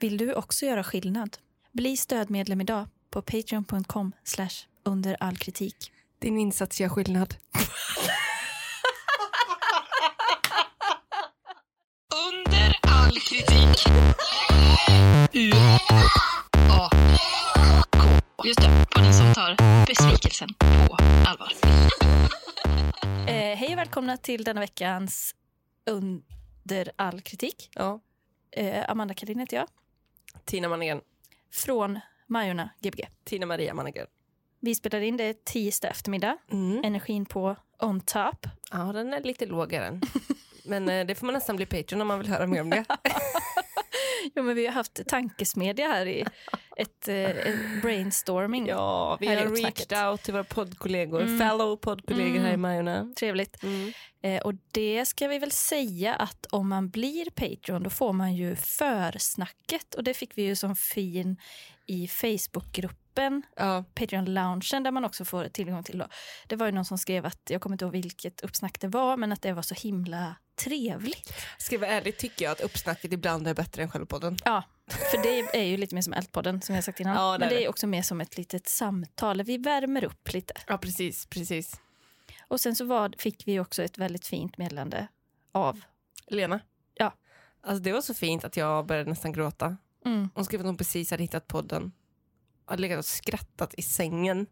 Vill du också göra skillnad? Bli stödmedlem idag på patreon.com/underallkritik. Din insats gör skillnad. Under all kritik. U-A-K. Just det, på den som tar besvikelsen på allvar. Hej och välkomna till denna veckans Under all kritik. Ja. Amanda Karin heter jag. Tina Manén. Från Majorna Gbg. Tina Maria Manén. Vi spelar in det tisdag eftermiddag. Energin på on top. Ja, den är lite lågare än. Men det får man nästan bli Patreon om man vill höra mer om det. Jo, men vi har haft tankesmedja här i ett brainstorming. Ja, vi har reached out till våra poddkollegor, fellow poddkollegor här i Majorna. Trevligt. Och det ska vi väl säga att om man blir Patreon då får man ju försnacket. Och det fick vi ju som fin i Facebookgruppen. Ja. Patreon-loungen där man också får tillgång till. Då. Det var ju någon som skrev att, jag kommer inte ihåg vilket uppsnack det var, men att det var så himla trevligt. Ska jag vara ärlig tycker jag att uppsnacket ibland är bättre än själva podden. Ja, för det är ju lite mer som Eldpodden som jag sagt innan. Ja, men det är också mer som ett litet samtal. Vi värmer upp lite. Ja, precis. Och sen så fick vi också ett väldigt fint meddelande av Lena. Ja. Alltså det var så fint att jag började nästan gråta. Hon skrev att hon precis hade hittat podden. Hade legat och skrattat i sängen.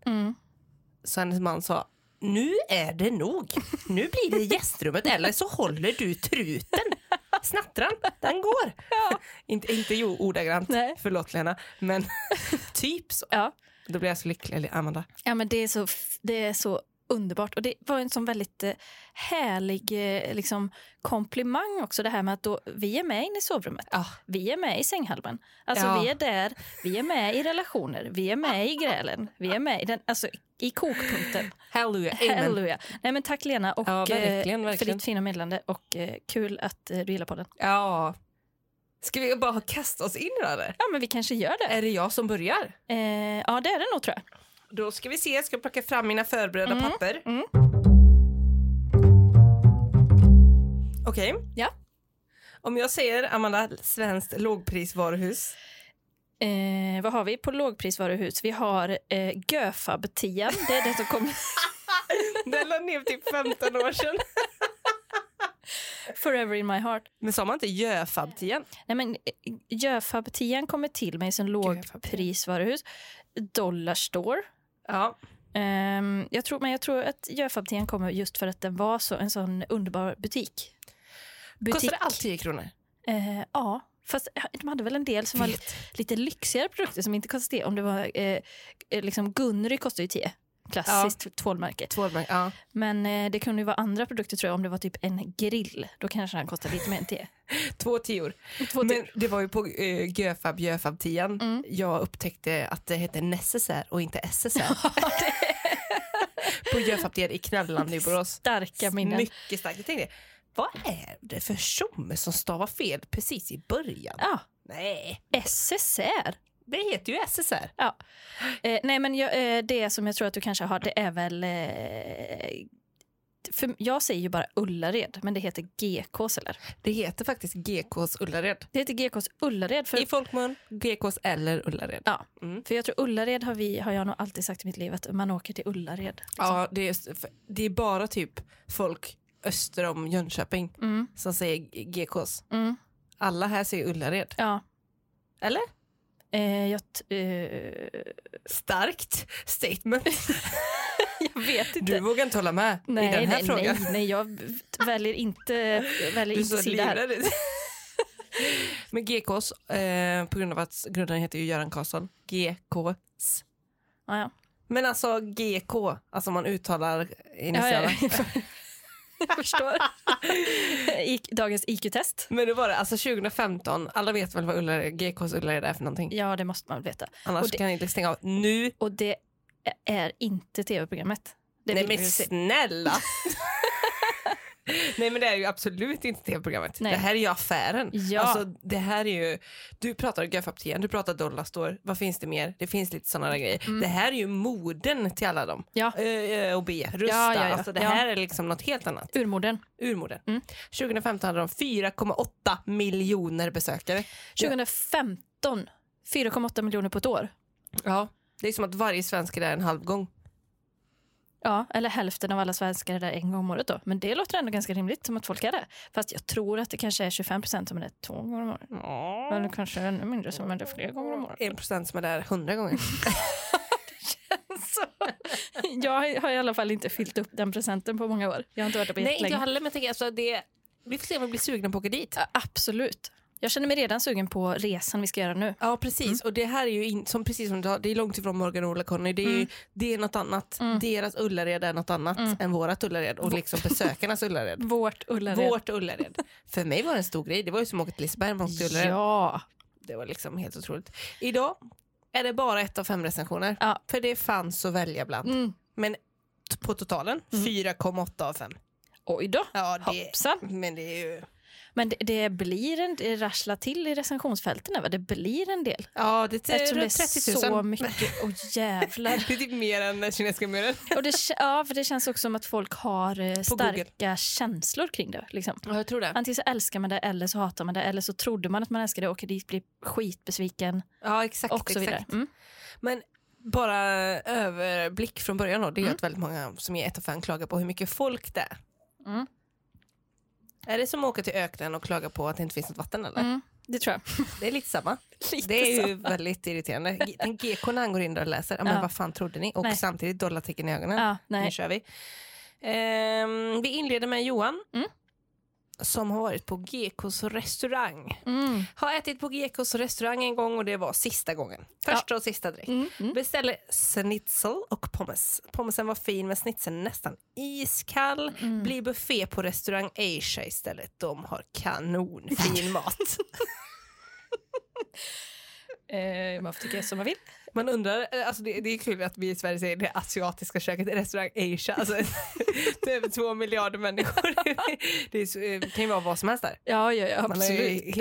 Så hennes man sa, nu är det nog. Nu blir det gästrummet eller så håller du truten. Snattran, den går. Ja. inte ordagrant, förlåt Lena. Men typ så. Ja. Då blir jag så lycklig, Amanda. Ja, men det är så underbart. Och det var en sån väldigt härlig liksom, komplimang också. Det här med att då, vi är med inne i sovrummet. Vi är med i sänghalmen. Alltså vi är där. Vi är med i relationer. Vi är med i grälen. Vi är med i den, alltså i kokpunkten. Halleluja. Nej, men tack Lena och verkligen. för ditt fina meddelande. Och kul att du gillar podden. Ja. Ska vi bara kasta oss in i det? Ja, men vi kanske gör det. Är det jag som börjar? Ja, det är det nog tror jag. Då ska vi se, jag ska plocka fram mina förberedda papper. Okej. Ja. Om jag säger, Amanda, svenskt lågprisvaruhus. Vad har vi på lågprisvaruhus? Vi har Göfab-tian. Det är det som kommer... Den la ner typ 15 år sedan. Forever in my heart. Men sa man inte Göfab-tian? Nej, men Göfab-tian kommer till mig som lågprisvaruhus. Dollar Store. Ja. Jag tror att Göfab-tian kommer just för att den var en sån underbar butik. Kostar det allt 10 kronor? Ja, fast de hade väl en del som var lite lyxigare produkter som inte kostade det. Om det var liksom Gunry kostar ju 10. Klassiskt tvålmärke. Ja. Men det kunde ju vara andra produkter tror jag. Om det var typ en grill, då kanske den kostade lite mer än 10. 2 tior. Men det var ju på Göfab-tian. Jag upptäckte att det hette Necessaire och inte SSR. På Göfab-tian i Knälland i Borås. Starka minnen. Mycket starkt. Jag tänkte, vad är det för tjomme som stavar fel precis i början? Ja. Nej. SSR. Det heter ju SSR. Ja. Nej, men det som jag tror att du kanske har, det är väl... för jag säger ju bara Ullared, men det heter GKs eller? Det heter faktiskt GKs Ullared. Det heter GKs Ullared. I folkmun, GKs eller Ullared. Ja, för jag tror Ullared har jag nog alltid sagt i mitt liv att man åker till Ullared. Liksom. Ja, det är bara typ folk öster om Jönköping som säger GKs. Alla här säger Ullared. Ja. Eller? Starkt statement. Jag vet inte. Du vågar inte hålla med i den här frågan. Nej, jag väljer inte sida här. Men GKs, på grund av att grundaren heter ju Göran Karlsson. GKs. Ja. Men alltså GK, alltså man uttalar initialerna. Ja. Jag förstår. Dagens IQ-test. Men det var det, alltså 2015, alla vet väl vad GKs Ullared är för någonting? Ja, det måste man veta. Annars kan jag inte stänga av nu. Och det är inte tv-programmet. Nej men snälla! Nej men det är ju absolut inte tv-programmet. Det här är ju affären. Ja. Alltså det här är ju, du pratar Göfab-tian, du pratar Dollar Store. Vad finns det mer? Det finns lite sådana grejer. Det här är ju moden till alla dem. Ja. Och B, Rusta. Ja. Alltså det här är liksom något helt annat. Urmoden. 2015 hade de 4,8 miljoner besökare. 2015 4,8 miljoner på ett år. Ja, det är som att varje svensk är där en halv gång. Ja, eller hälften av alla svenskar är där en gång om året då. Men det låter ändå ganska rimligt som att folk är där. Fast jag tror att det kanske är 25% som är där 2 gånger om året. Ja. Eller kanske ännu mindre som är där flera gånger om året. 1% som är där 100 gånger. Så. Jag har i alla fall inte fyllt upp den procenten på många år. Jag har inte varit där på jättelänge. Nej, inte heller, men jag tänker, alltså, vi får se om vi blir sugna på att åka dit. Ja, absolut. Jag känner mig redan sugen på resan vi ska göra nu. Ja, precis. Och det här är ju precis som du sa, det är långt ifrån Morgan och Ola Conny. Det är något annat. Deras Ullared är något annat än vårat Ullared. Och liksom besökarnas Ullared. Vårt Ullared. För mig var det en stor grej. Det var ju som att åka till Liseberg med Ullared. Ja. Det var liksom helt otroligt. Idag är det bara 1 av 5 recensioner. Ja. För det fanns att välja bland. Men på totalen 4,8 av 5. Oj då. Ja, Hoppsan. Men det är ju... Men det blir det rasslar till i recensionsfälten, va? Det blir en del. Ja, det är 30 000. Det är så mycket. Åh, jävlar. Det är typ mer än kinesiska muren. Och för det känns också som att folk har starka känslor kring det. Liksom. Ja, jag tror det. Antingen så älskar man det eller så hatar man det. Eller så trodde man att man älskade det och åker dit, blir skitbesviken. Ja, exakt. Och så vidare. Men bara överblick från början då. Det är att väldigt många som är 1 av 5 klagar på hur mycket folk det är. Är det som att åka till öknen och klaga på att det inte finns något vatten eller? Det tror jag. Det är lite samma. Det är ju väldigt irriterande. En GK när han går in där och läser. Men vad fan trodde ni? Och samtidigt dollartecken i ögonen. Nu kör vi. Vi inleder med Johan. Som har varit på GKs restaurang. Har ätit på GKs restaurang en gång och det var sista gången. Första och sista direkt. Beställde schnitzel och pommes. Pommesen var fin men schnitzeln nästan iskall. Blir buffé på restaurang Asia istället. De har kanonfin mat. Man får tycka som man vill. Man undrar, alltså det är kul att vi i Sverige säger det asiatiska köket i restaurang Asia. Alltså, det är över 2 miljarder människor. Det kan ju vara vad som helst där. Ja, absolut.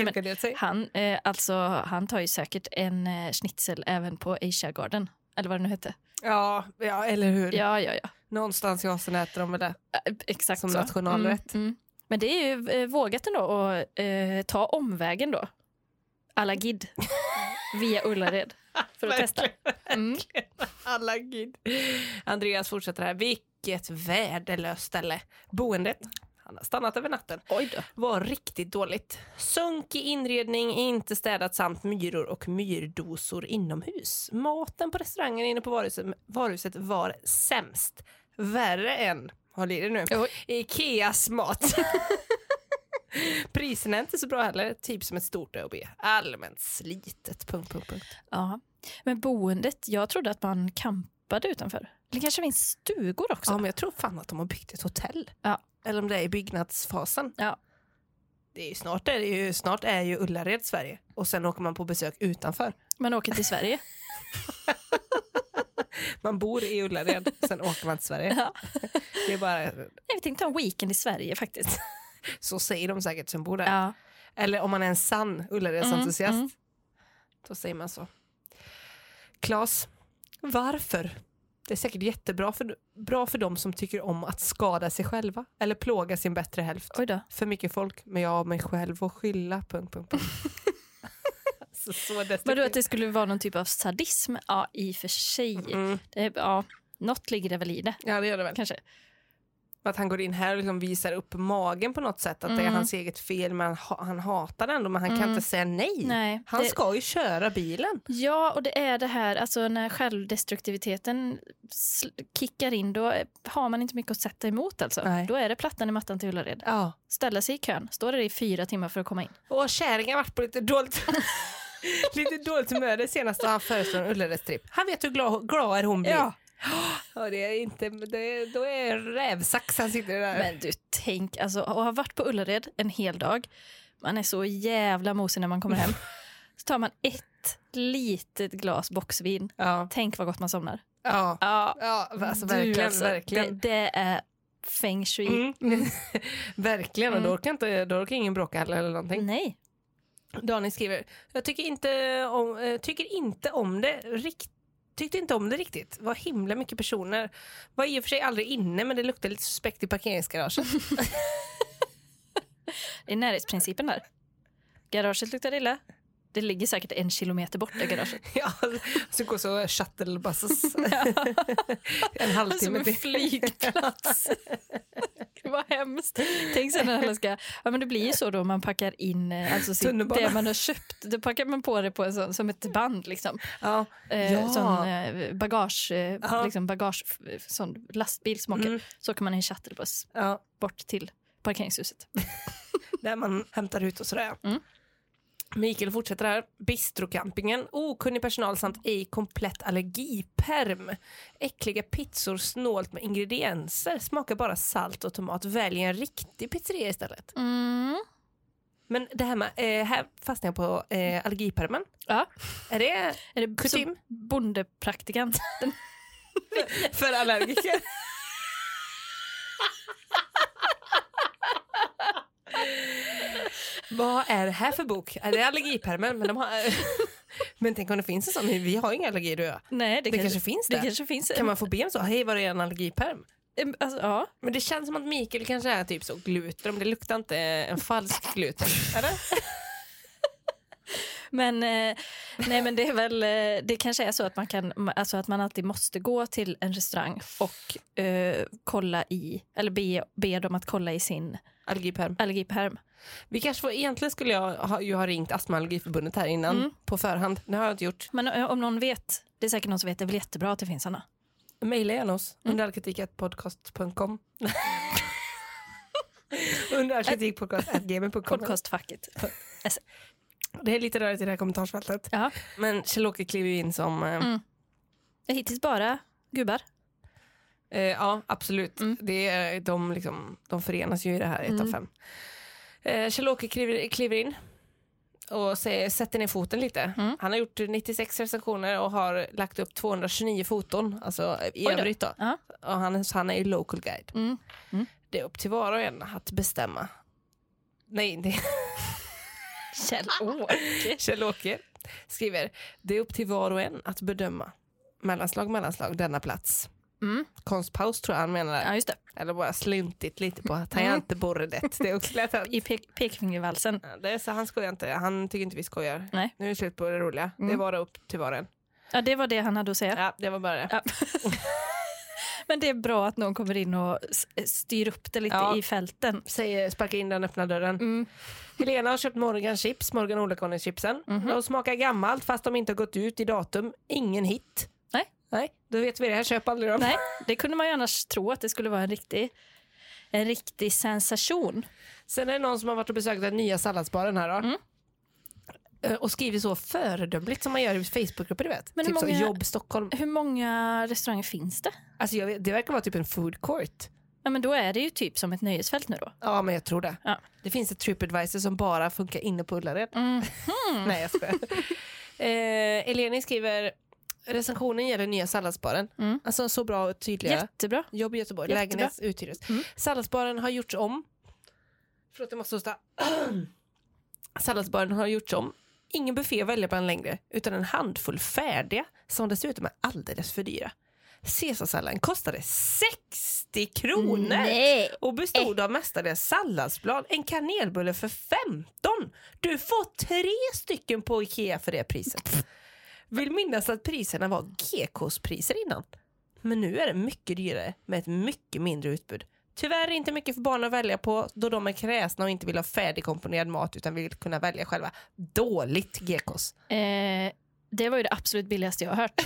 Han tar ju säkert en schnitzel även på Asia Garden. Eller vad det nu heter. Ja, eller hur? Ja. Någonstans i Asien äter de väl det. Exakt som så. nationalrätt. Men det är ju vågat ändå att ta omvägen då. Alla gid. Via Ullared. För att testa. Alla gid. Andreas fortsätter här. Vilket värdelöst ställe. Boendet, han har stannat över natten. Oj då. Var riktigt dåligt. Sunkig inredning, inte städat samt myror och myrdosor inomhus. Maten på restaurangen inne på varuhuset var sämst. Värre än, håll i det nu, Ikeas mat. Priserna är inte så bra heller. Typ som ett stort ÖoB. Allmänt slitet. ... Ja. Men boendet, jag trodde att man campade utanför. Det kanske finns stugor också. Ja, men jag tror fan att de har byggt ett hotell. Ja. Eller om det är i byggnadsfasen. Ja. Snart är ju Ullared Sverige. Och sen åker man på besök utanför. Man åker till Sverige. Man bor i Ullared, sen åker man till Sverige. Ja. Det är bara... Jag tänkte ta en weekend i Sverige faktiskt. Så säger de säkert som bor där. Ja. Eller om man är en sann Ullareds-entusiast. Då säger man så. Claes, varför? Det är säkert jättebra bra för dem som tycker om att skada sig själva. Eller plåga sin bättre hälft. Oj då. För mycket folk, men jag har mig själv att skylla. så Vadå, att det skulle vara någon typ av sadism? Ja, i och för sig. Något ligger det väl i det. Ja, det gör det väl. Kanske. Att han går in här och liksom visar upp magen på något sätt. Att det är hans eget fel, men han hatar det ändå. Men han kan inte säga nej. Han ska ju köra bilen. Ja, och det är det här, alltså när självdestruktiviteten kickar in, då har man inte mycket att sätta emot alltså. Nej. Då är det plattan i mattan till Ullared. Ja. Ställa sig i kön. Står där i 4 timmar för att komma in. Och kärringen har varit på lite dåligt humör senast då han föreslår en Ullared-tripp. Han vet hur glad hon blir. Ja. Ja, det är inte, då är rävsax han sitter där. Men du, tänk, alltså, att ha varit på Ullared en hel dag. Man är så jävla mosig när man kommer hem. Så tar man ett litet glas boxvin. Ja. Tänk vad gott man somnar. Ja, alltså, verkligen. Det är feng shui. Verkligen, och då orkar ingen bråka eller någonting. Nej. Daniel skriver, jag tycker inte om det riktigt. Tyckte inte om det riktigt. Var himla mycket personer. Var i och för sig aldrig inne, men det luktade lite suspekt i parkeringsgaraget. Det är närhetsprincipen där. Garaget luktar illa. Det ligger säkert 1 kilometer bort i garaget. Ja, så går så shuttlebuses. En halvtimme till flygplats. Det var hemskt. Tänk sen när alla ska... Ja, men det blir ju så då man packar in alltså det man har köpt. Då packar man på det på en sån, som ett band liksom. Ja. Sån bagage, liksom bagage, sån lastbil som åker. Så kan man i en shuttlebuss bort till parkeringshuset. Där man hämtar ut och sådär. Mikael fortsätter här. Bistrocampingen, okunnig personal samt ej komplett allergiperm. Äckliga pizzor snålt med ingredienser. Smakar bara salt och tomat. Välj en riktig pizzeria istället. Men det här med, här fastnar jag på allergipermen. Ja. Är det kutym? Bondepraktikant. För allergiker. Vad är det här för bok? Är det allergipermen? Men, men tänk om det finns en sån. Vi har inga allergier, du och jag. Nej, det kanske finns det. Det kanske finns. Kan man få be om så? Hej, vad är en allergiperm? Alltså, ja. Men det känns som att Mikael kanske är typ så gluten. Det luktar inte en falsk gluten. Är det? Men nej, men det är väl det kanske är så att man kan, alltså att man alltid måste gå till en restaurang och kolla i, eller be dem att kolla i sin allergiperm. Vi kanske får, egentligen skulle jag ha ringt Astma- och allergiförbundet här innan på förhand. Det har jag inte gjort. Men om någon vet, det är säkert någon som vet, det är väl jättebra att det finns såna. Maila gärna oss under allkritik@podcast.com. Under allkritikpodcast@gmail.com. Podcastfacket. Det är lite rörigt i det här kommentarsfältet. Ja. Men Kjell-Åke kliver ju in som... Det är hittills bara gubbar. Ja, absolut. Det är, de förenas ju i det här 1 av 5. Kjell-Åke kliver in och sätter ner foten lite. Han har gjort 96 recensioner och har lagt upp 229 foton. Alltså i övrigt då. Och han är ju local guide. Det är upp till var och en att bestämma. Nej, det... Kjell-Åke skriver: det är upp till var och en att bedöma. Mellanslag, denna plats. Konstpaus tror jag han menar. Ja, just det. Eller bara sluntit lite på tangentebordet. Det är också lätt att... I pekfingervalsen. Ja, det är så han skojar inte. Han tycker inte vi skojar. Nej. Nu är det slut på det roliga. Det var upp till var och en. Ja, det var det han hade att säga. Ja, det var bara det. Ja. Men det är bra att någon kommer in och styr upp det lite i fälten. Sparka in den öppna dörren. Helena har köpt Morgan chips, Morgan Olakonen-chipsen. De smakar gammalt fast de inte har gått ut i datum. Ingen hit. Nej, då vet vi det. Köp aldrig dem. Nej, det kunde man ju annars tro att det skulle vara en riktig sensation. Sen är det någon som har varit och besökt den nya salladsbaren här då. Och skriver så föredömligt som man gör i Facebookgrupper, du vet. Men typ så Jobb Stockholm. Hur många restauranger finns det? Alltså det verkar vara typ en food court. Ja, men då är det ju typ som ett nöjesfält nu då. Ja, men jag tror det. Ja. Det finns ett TripAdvisor som bara funkar inne på Ullared. Nej, jag skojar. Eleni skriver: recensionen gäller nya salladsbaren. Alltså så bra och tydliga. Jättebra. Jobb i Göteborg. Lägenhet uthyres. Salladsbaren har gjorts om. Förlåt, jag måste hosta. Salladsbaren har gjorts om. Ingen buffé att välja bland längre, utan en handfull färdiga som dessutom är alldeles för dyra. Caesarsalladen kostade 60 kronor. Nej. Och bestod av mestadels salladsblad. En kanelbulle för 15. Du får 3 stycken på Ikea för det priset. Vill minnas att priserna var GKs-priser innan. Men nu är det mycket dyrare med ett mycket mindre utbud. Tyvärr inte mycket för barn att välja på då de är kräsna och inte vill ha färdigkomponerad mat utan vill kunna välja själva. Dåligt GKs. Det var ju det absolut billigaste jag har hört.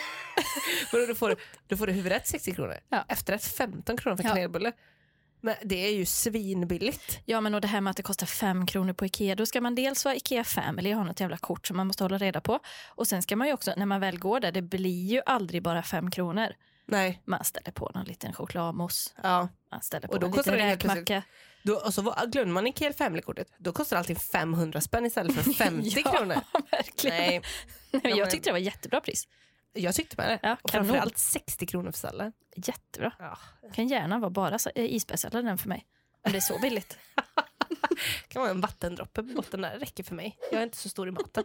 Då får du huvudrätt 60 kronor. Ja. Efterrätt 15 kronor för kanelbulle. Men det är ju svinbilligt. Ja, men och det här med att det kostar 5 kronor på Ikea. Då ska man dels vara Ikea Family och ha något jävla kort som man måste hålla reda på. Och sen ska man ju också, när man väl går där, det blir ju aldrig bara 5 kronor. Nej. Man ställer på någon liten chokladmousse. Ja. Man ställer på och då en kostar liten det räkmacka. Och så glömmer man Ikea Family-kortet. Då kostar det alltid 500 spänn istället för 50 kronor. Ja, verkligen. Nej. Jag tyckte det var jättebra pris. Jag tyckte med det. Ja, och framförallt 60 kronor för sallad. Jättebra. Ja. Kan gärna vara bara isbergssalladen för mig. Om det är så billigt. Kan vara en vattendroppe på botten där. Räcker för mig. Jag är inte så stor i maten.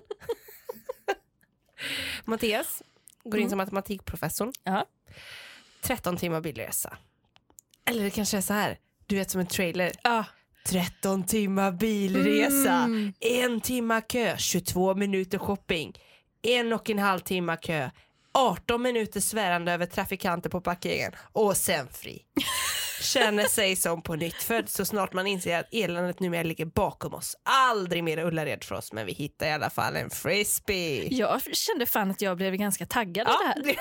Mattias går in som matematikprofessorn. Ja. 13 timmar bilresa. Eller det kanske är så här. Du vet som en trailer. Ja. 13 timmar bilresa, 1 timma kö, 22 minuter shopping, 1,5 timmar kö, 18 minuter svärande över trafikanter på parkeringen och sen fri. Känner sig som på nytt född så snart man inser att eländet numera ligger bakom oss. Aldrig mer Ullared för oss, men vi hittar i alla fall en frisbee. Jag kände fan att jag blev ganska taggad av det här.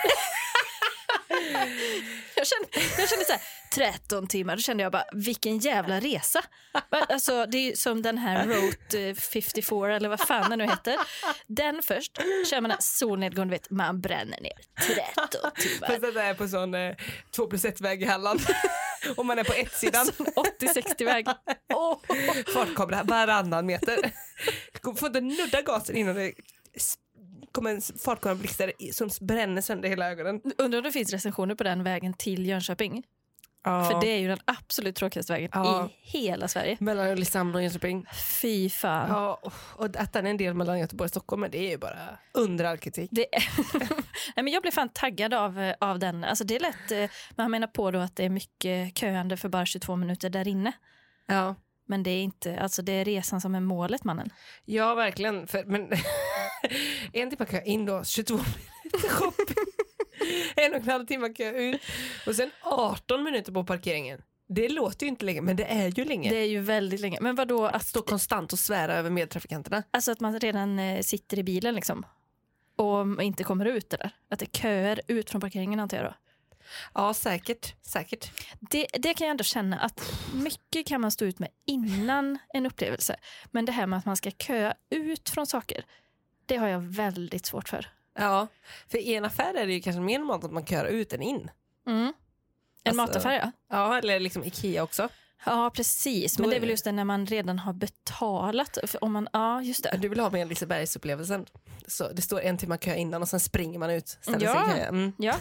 Jag kände så här, 13 timmar, då kände jag bara, vilken jävla resa. Alltså, det är som den här Route 54, eller vad fan den nu heter. Den först, kör man solnedgång, du vet, man bränner ner 13 timmar. Fast det är på sån 2+1-väg i Halland. Om man är på ett sidan. 80-60-väg. Fartkamera varannan meter. Får inte nudda gasen innan det kommer en fartkamerablixtar som bränner sönder hela ögonen. Undrar om det finns recensioner på den vägen till Jönköping. Ja. För det är ju den absolut tråkigaste vägen i hela Sverige. Mellan Ulricehamn och Jönköping. Fy fan. Ja, och att den är en del mellan Göteborg och Stockholm, men det är ju bara under all kritik. Nej, men jag blev fan taggad av den. Alltså det är lätt, man menar på då att det är mycket köande för bara 22 minuter där inne. Ja. Men det är inte, alltså det är resan som är målet, mannen. Ja, verkligen. Men 1 timme kö in då, 22 minuter shopping. 1,5 timmar kö ut. Och sen 18 minuter på parkeringen. Det låter ju inte länge, men det är ju länge. Det är ju väldigt länge. Men vadå? Att stå konstant och svära över medtrafikanterna. Alltså att man redan sitter i bilen liksom. Och inte kommer ut där. Att det köer ut från parkeringen, antar jag då. Ja, säkert. Det kan jag ändå känna att mycket kan man stå ut med innan en upplevelse. Men det här med att man ska köa ut från saker, det har jag väldigt svårt för. Ja, för i en affär är det ju kanske mer normalt att man kör ut än in. En mataffär, ja. Ja, eller liksom Ikea också. Ja, precis. Men det är väl just det när man redan har betalat. Om man, ja, just det. Du vill ha med Lisebergsupplevelsen. Så det står 1 timme kö innan och sen springer man ut. Ja.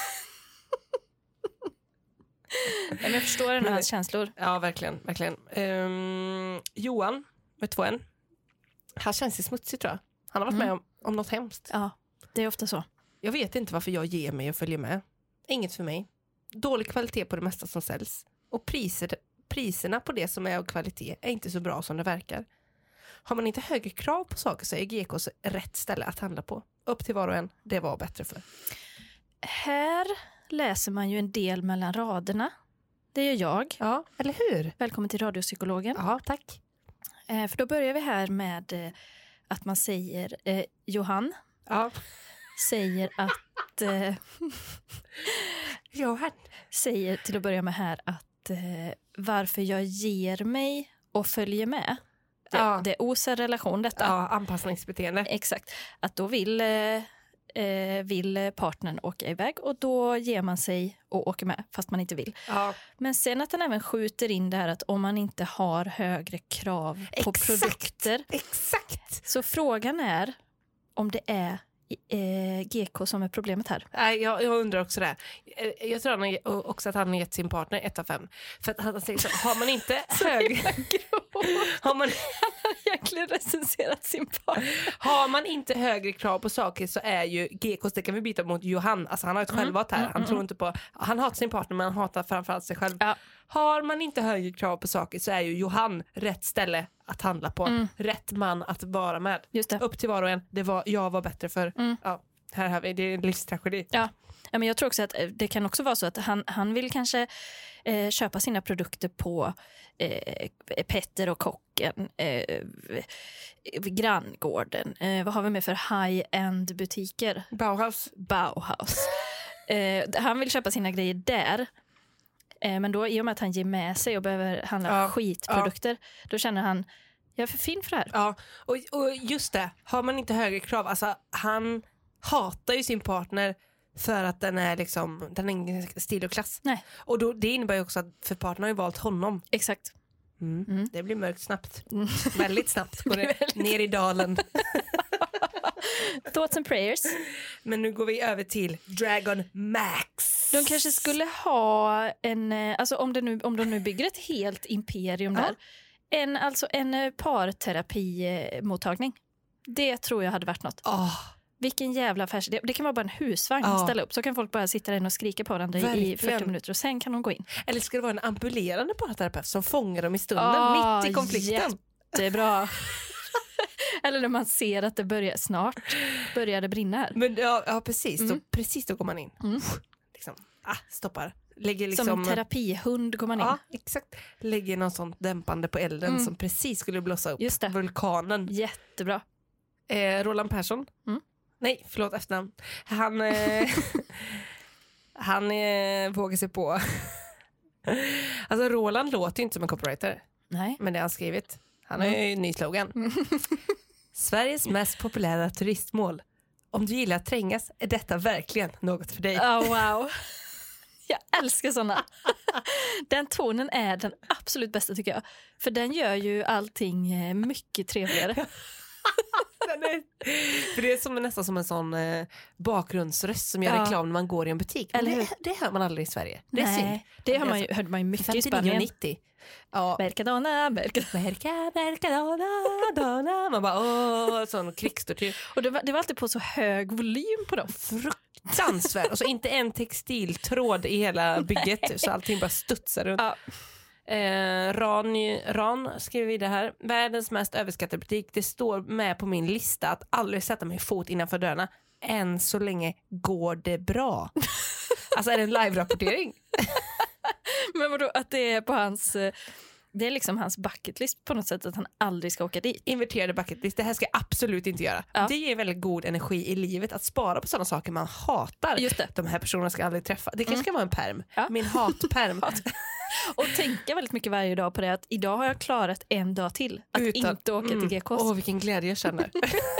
Men jag förstår ändå hans känslor. Ja, verkligen. Johan med 2 N. Han känns ju smutsig, tror jag. Han har varit med om något hemskt. Ja, det är ofta så. Jag vet inte varför jag ger mig och följer med. Inget för mig. Dålig kvalitet på det mesta som säljs. Och priserna på det som är av kvalitet är inte så bra som det verkar. Har man inte högre krav på saker så är GKs rätt ställe att handla på. Upp till var och en, det var bättre för. Här läser man ju en del mellan raderna. Det gör jag. Ja, eller hur? Välkommen till radiopsykologen. Ja, tack. För då börjar vi här med att man säger Johan. Ja. Säger att Johan säger till att börja med här att varför jag ger mig och följer med. Det är osär relation detta. Ja, anpassningsbeteende. Exakt. Att då vill partnern åka iväg och då ger man sig och åker med fast man inte vill. Ja. Men sen att den även skjuter in det här att om man inte har högre krav på produkter. Exakt. Så frågan är om det är GK som är problemet här. Nej, jag undrar också det. Jag tror också att han har gett sin partner 1 av 5. För att han säger så, har man inte har man egentligen recenserat sin partner. Har man inte högre krav på saker så är ju GKs, det kan vi byta mot Johan. Alltså han har ett självhat här. Han tror inte på, han hatar sin partner men han hatar framförallt sig själv. Ja. Har man inte högre krav på saker så är ju Johan rätt ställe att handla på. Rätt man att vara med. Just det. Upp till var och en. Jag var bättre för. Ja, här har vi, det är en livstragedi. Ja, men jag tror också att det kan också vara så att han vill kanske köpa sina produkter på Petter och Kocken, Granngården. Vad har vi med för high-end butiker? Bauhaus. Han vill köpa sina grejer där. Men då i och med att han ger med sig och behöver handla skitprodukter, då känner han, jag är för fin för det här. Ja, och just det, har man inte högre krav, alltså han hatar ju sin partner för att den är liksom, den är ingen stil och klass. Nej. Och då, det innebär ju också att för partnern har ju valt honom. Exakt. Det blir mörkt snabbt. Väldigt snabbt går det ner i dalen. Thoughts and prayers. Men nu går vi över till Dragon Max. De kanske skulle ha en, alltså om de nu bygger ett helt imperium där, en parterapimottagning. Det tror jag hade varit något. Vilken jävla affärsidé. Det kan vara bara en husvagn ställa upp. Så kan folk bara sitta där och skrika på varandra i 40 minuter och sen kan de gå in. Eller ska det vara en ambulerande parterapeut som fångar dem i stunden mitt i konflikten? Jättebra. Eller när man ser att det snart börjar det brinna här. Men ja precis. Precis då går man in. Liksom, stoppar. Lägger liksom, som en terapihund går man in. Ja, exakt. Lägger någon sånt dämpande på elden som precis skulle blåsa upp. Just det. Vulkanen. Jättebra. Roland Persson. Nej, förlåt, efternamn. Han vågar sig på. Alltså Roland låter ju inte som en copywriter. Nej. Men det har han skrivit. Han har ju en ny slogan. Sveriges mest populära turistmål. Om du gillar att trängas är detta verkligen något för dig. Oh, wow. Jag älskar såna. Den tonen är den absolut bästa tycker jag. För den gör ju allting mycket trevligare. För det är nästan som en sån bakgrundsröst som gör reklam när man går i en butik. Eller det hör man aldrig i Sverige. Det är synd. Det hörde man ju mycket i Spanien. 59,90. Ja. Mercadona. Man bara sån krigstortyr. Och det var alltid på så hög volym på dem. Fruktansvärt. Och så inte en textiltråd i hela bygget. Så allting bara studsar runt. Ja. Ran skriver vidare här. Världens mest överskattade butik. Det står med på min lista att aldrig sätta mig fot innanför dörrarna. Än så länge går det bra. Alltså är det en live-rapportering? Men vadå, att det är på hans... Det är liksom hans bucketlist på något sätt att han aldrig ska åka dit. Inverterade bucketlist, det här ska jag absolut inte göra. Ja. Det ger väldigt god energi i livet att spara på sådana saker man hatar. Just det. De här personerna ska aldrig träffa. Det kanske ska vara en perm. Ja. Min hatperm. Och tänka väldigt mycket varje dag på det att idag har jag klarat en dag till att inte åka till GKs. Vilken glädje jag känner.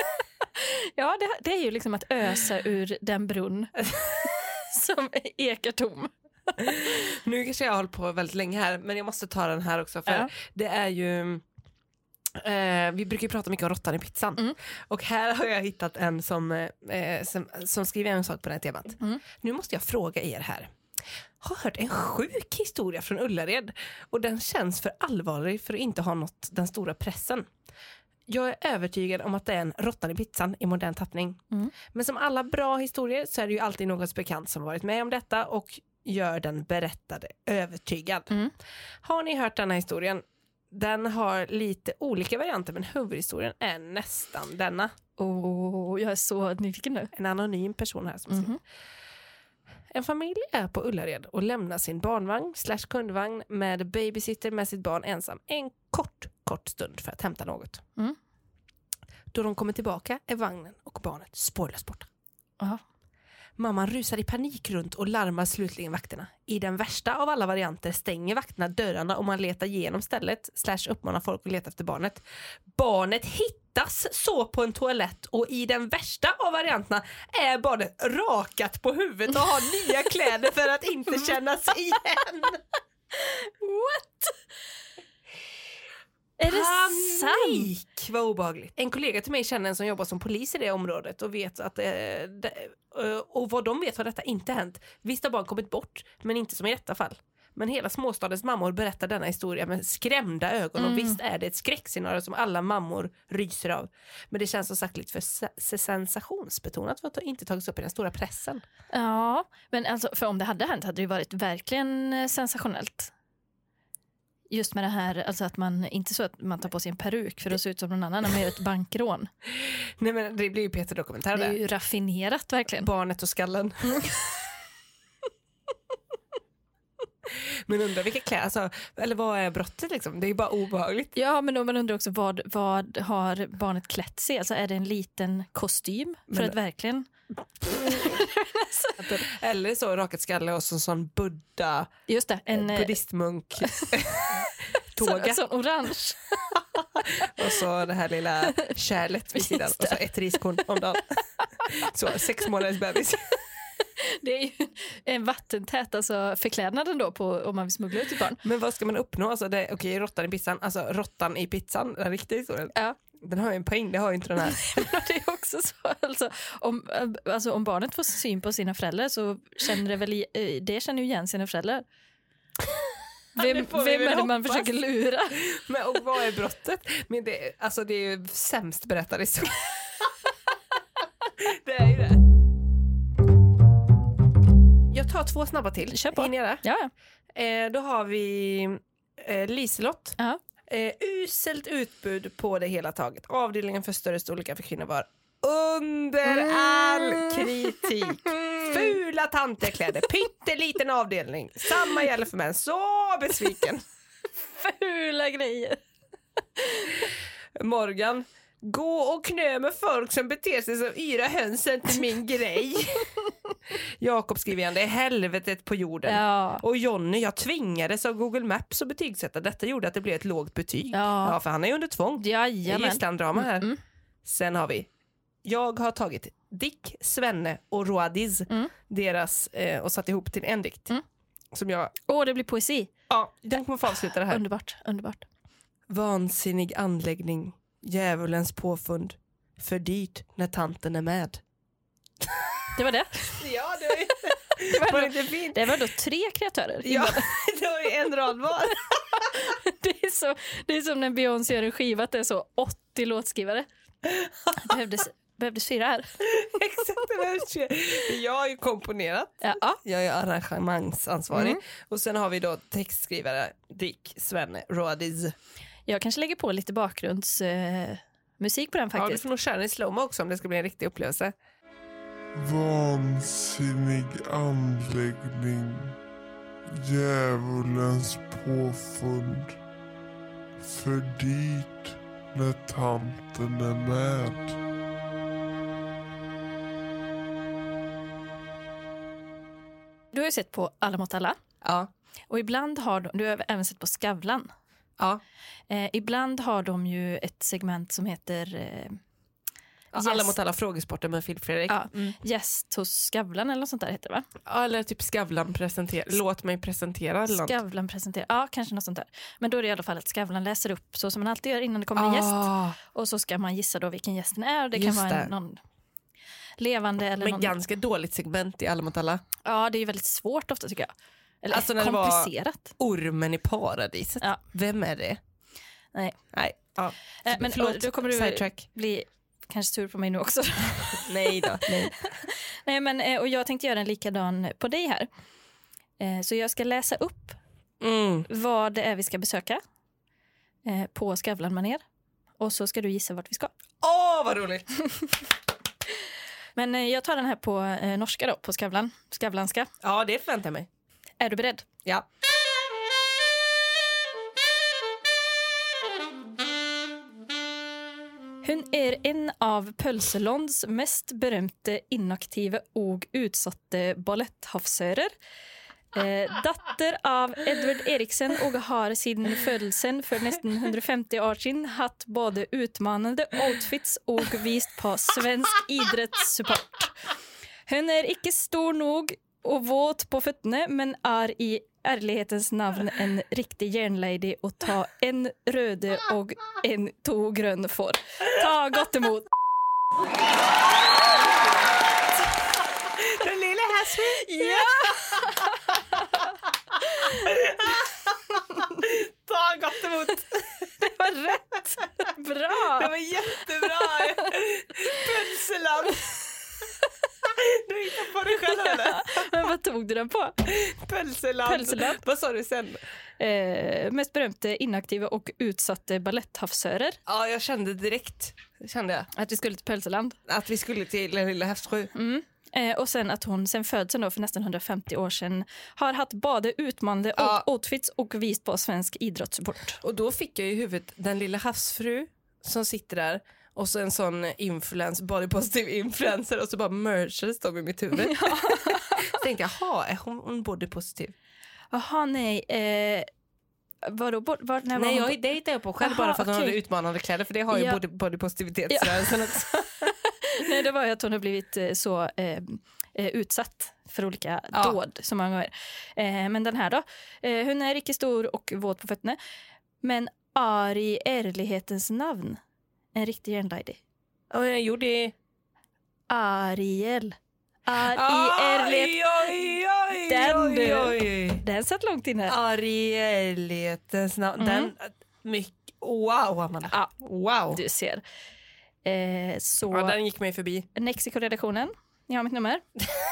Ja, det är ju liksom att ösa ur den brunn som ekar tom. Nu kanske jag har hållit på väldigt länge här, men jag måste ta den här också för det är ju vi brukar ju prata mycket om råttan i pizzan och här har jag hittat en som skriver en sak på det här temat. Nu måste jag fråga er här. Har hört en sjuk historia från Ullared och den känns för allvarlig för att inte ha nått den stora pressen. Jag är övertygad om att det är en råttan i pizzan i modern tappning. Men som alla bra historier så är det ju alltid något bekant som varit med om detta och gör den berättade övertygad. Har ni hört den här historien? Den har lite olika varianter men huvudhistorien är nästan denna. Jag är så nyfiken nu. En anonym person här som säger. En familj är på Ullared och lämnar sin barnvagn / kundvagn med babysitter med sitt barn ensam en kort stund för att hämta något. Då de kommer tillbaka är vagnen och barnet spårlöst borta. Mamman rusar i panik runt och larmar slutligen vakterna. I den värsta av alla varianter stänger vakterna dörrarna och man letar igenom stället / uppmanar folk att leta efter barnet. Barnet hittas så på en toalett och i den värsta av varianterna är barnet rakat på huvudet och har nya kläder för att inte kännas igen. What? Är det sant? Vad obehagligt. En kollega till mig känner en som jobbar som polis i det området och vet att och vad de vet har detta inte hänt. Visst har barn kommit bort, men inte som i detta fall. Men hela småstadens mammor berättar denna historia med skrämda ögon och visst är det ett skräckscenario som alla mammor ryser av. Men det känns som sagt lite för sensationsbetonat för att det inte tagits upp i den stora pressen. Ja, men alltså, för om det hade hänt hade det varit verkligen sensationellt. Just med det här, alltså att man inte så att man tar på sig en peruk för att se ut som någon annan när man gör ett bankrån. Nej men det blir ju Peter-dokumentär. Det är ju raffinerat verkligen. Barnet och skallen. Men undrar vilka kläder, alltså, eller vad är brottet liksom? Det är ju bara obehagligt. Ja, men då man undrar också vad har barnet klätt sig? Alltså är det en liten kostym för att verkligen... Eller så rakat skalle och sån Buddha. Just det, en buddhistmunk. Tåga. Sån orange. Och så det här lilla kärlet vid sidan. Och så ett riskorn om dagen. Så 6 månaders bebis. Det är ju en vattentät alltså förklädnaden då på om man vill smuggla ut ett barn. Men vad ska man uppnå? Alltså okej, råttan i pizzan. Alltså råttan i pizzan, den riktiga historien. Ja. Den har ju en poäng, det har ju inte den här. Det är också så. Alltså, om barnet får syn på sina föräldrar så känner det känner ju igen sina föräldrar. Vem är det man försöker lura? Men och vad är brottet? Men det är ju sämst berättad historia. Det är ju det. Jag tar 2 snabba till. Kör på. Hinner jag det? Ja. Då har vi Liselott. Ja. Uselt utbud på det hela taget. Avdelningen för större storlekar för kvinnor var under all kritik. Fula tantekläder, pytteliten avdelning. Samma gäller för män. Så besviken. Fula grejer. Morgan. Gå och knö med folk som beter sig som yra höns är inte min grej. Jakob skriver igen, det är helvetet på jorden. Ja. Och Jonny, jag tvingades av Google Maps att betygsätta. Detta gjorde att det blev ett lågt betyg. Ja, för han är ju under tvång. Jajamän. Gisslandrama här. Sen har vi, jag har tagit Dick, Svenne och Roadiz deras och satt ihop till en dikt. Som jag... Det blir poesi. Ja, den kommer få avsluta det här. Underbart. Vansinnig anläggning. Djävulens påfund. För dyrt när tanten är med. Det var det. Ja, det var inte fint. Det var då 3 kreatörer. Ja, det var ju en rad var. Det är som när Beyoncé gör en skiva att det är så 80 låtskrivare. Behövdes 4 här. Exakt, jag har ju komponerat. Ja. Jag är arrangemangsansvarig. Och sen har vi då textskrivare Dick, Svenne, Roadiz. Jag kanske lägger på lite bakgrundsmusik på den faktiskt. Ja, du får nog köra i slowmo också om det ska bli en riktig upplevelse. Vansinnig anläggning. Djävulens påfund. För dyrt när tanten är med. Du har ju sett på Alla mot alla. Ja. Och ibland har du har även sett på Skavlan. Ja. Ibland har de ju ett segment som heter... Alla mot alla frågesporter med Filip Fredrik. Ja, gäst hos Skavlan eller något sånt där heter det, va? Ja, eller typ Skavlan presentera. Låt mig presentera. Eller Skavlan presentera. Ja, kanske något sånt där. Men då är det i alla fall att Skavlan läser upp så som man alltid gör innan det kommer en gäst. Och så ska man gissa då vilken gästen är. Det kan vara någon levande eller men någon... ganska dåligt segment i Alla mot alla. Ja, det är väldigt svårt ofta tycker jag. Eller alltså när komplicerat. Det var ormen i paradiset. Ja. Vem är det? Nej. Ja. Men då kommer du bli kanske sur på mig nu också. Nej då. Nej, men och jag tänkte göra en likadan på dig här. Så jag ska läsa upp vad det är vi ska besöka på Skavlan-manér. Och så ska du gissa vart vi ska. Vad roligt! Men jag tar den här på norska då, på Skavlanska. Ja, det förväntar jag mig. Är du beredd? Ja. Hun er en av Pølselonds mest berømte, inaktive og utsatte balletthavsører. Datter av Edvard Eriksen og har siden fødelsen for nesten 150 år siden hatt både utmanende outfits og vist på svensk idrettssupport. Hun er ikke stor nog og våt på føttene, men er i ærlighetens navn en riktig jernlady å ta en røde og en 2 grønne for. Ta godt emot. Den lilla hästen. Ja! Ta gott emot. Det var rätt. Bra. Det var jättebra. Pölseland. Du hittar på dig själv eller? Men vad tog du den på? Pölseland. Vad sa du sen? Mest berömte, inaktiva och utsatte balletthavsörer. Ja, jag kände direkt. Att vi skulle till Pölseland. Att vi skulle till den lilla Hästfru. Och sen att hon sen födseln då för nästan 150 år sedan har haft både utmanande outfits och vist på svensk idrottssupport. Och då fick jag i huvudet den lilla havsfru som sitter där och så en sån bodypositive influencer och så bara mergades de i mitt huvud. Ja. Så tänkte jag, är hon bodypositiv? Jaha, nej. Vadå? Nej, det hittar jag på själv bara för att hon hade utmanande kläder, för det har ju bodypositivitetsrörelsen också. Nej, det var ju att hon har blivit så utsatt för olika dåd så många gånger. Men den här då, hon är inte stor och våt på fötterna, men är i ärlighetens namn en riktig järnlady. Ja, jag gjorde det. Ariel. Är i ärlighetens den satt långt inne. Arielhetens namn. Den mycket wow, Amanda. Ja, wow. du ser. Så Ja, den gick mig förbi. Mexiko-redaktionen, ni har mitt nummer.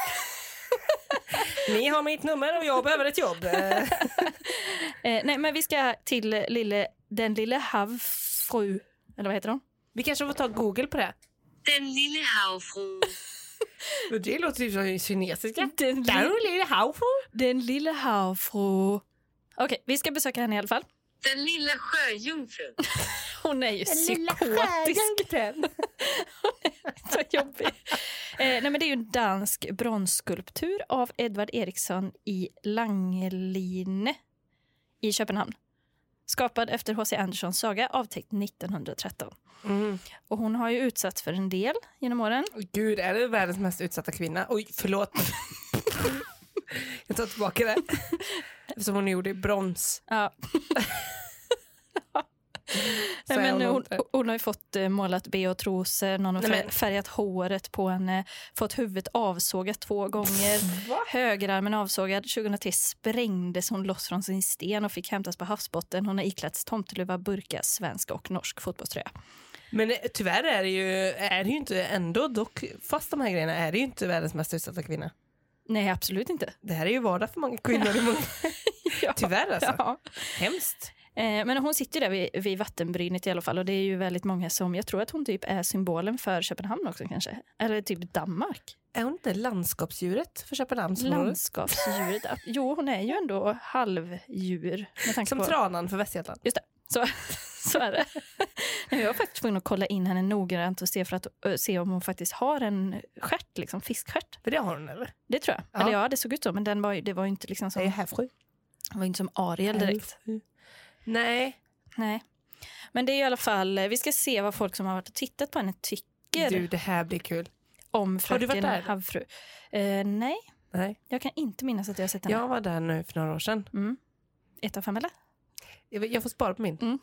Ni har mitt nummer och jag behöver ett jobb. Nej, men vi ska till den lille havfru, eller vad heter hon? Vi kanske får ta Google på det. Den lille havfru. Det låter typ som kinesiska. Den lille havfru. Den lille havfru. Okej, vi ska besöka henne i alla fall. Den lilla sjöjungfrun. Hon är ju psykotisk. Så jobbig. Nej, men det är ju en dansk bronsskulptur av Edvard Eriksson i Langeline i Köpenhamn. Skapad efter H.C. Andersens saga, avtäckt 1913. Och hon har ju utsatts för en del genom åren. Gud, är det världens mest utsatta kvinna? Oj, förlåt. Jag tar tillbaka det. Som hon gjorde i brons. Ja. Nej, men hon har ju fått målat B.O.-trosor, någon har färgat håret på henne, fått huvudet avsågat 2 gånger, högerarmen avsågad. 2003 sprängdes hon loss från sin sten och fick hämtas på havsbotten. Hon har iklätts tomteluva, burka, svensk och norsk fotbollströja. Men tyvärr är det ju inte ändå, dock fast de här grejerna är det ju inte världens mest utsatta kvinna. Nej, absolut inte. Det här är ju vardag för många kvinnor. Ja. Tyvärr alltså. Ja. Hemskt. Men hon sitter där vid vattenbrynet i alla fall, och det är ju väldigt många som, jag tror att hon typ är symbolen för Köpenhamn också kanske. Eller typ Danmark. Är hon inte landskapsdjuret för Köpenhamn? Landskapsdjuret? Jo, hon är ju ändå halvdjur. Som tranan för Västergötland. Just det, så är det. Jag var faktiskt tvungen att kolla in henne noggrant och se om hon faktiskt har en stjärt, liksom fiskstjärt. För det har hon, eller? Det tror jag. Ja. Eller ja, det såg ut så, men det var ju inte liksom som... Det är häfru. Det var inte som Ariel direkt. Nej. Men det är i alla fall, vi ska se vad folk som har varit och tittat på henne tycker. Du, det här blir kul. Om har du varit där? Havfru. Nej. Jag kan inte minnas att jag har sett henne. Jag var där nu för några år sedan. 1 av 5 eller? Jag får spara på min.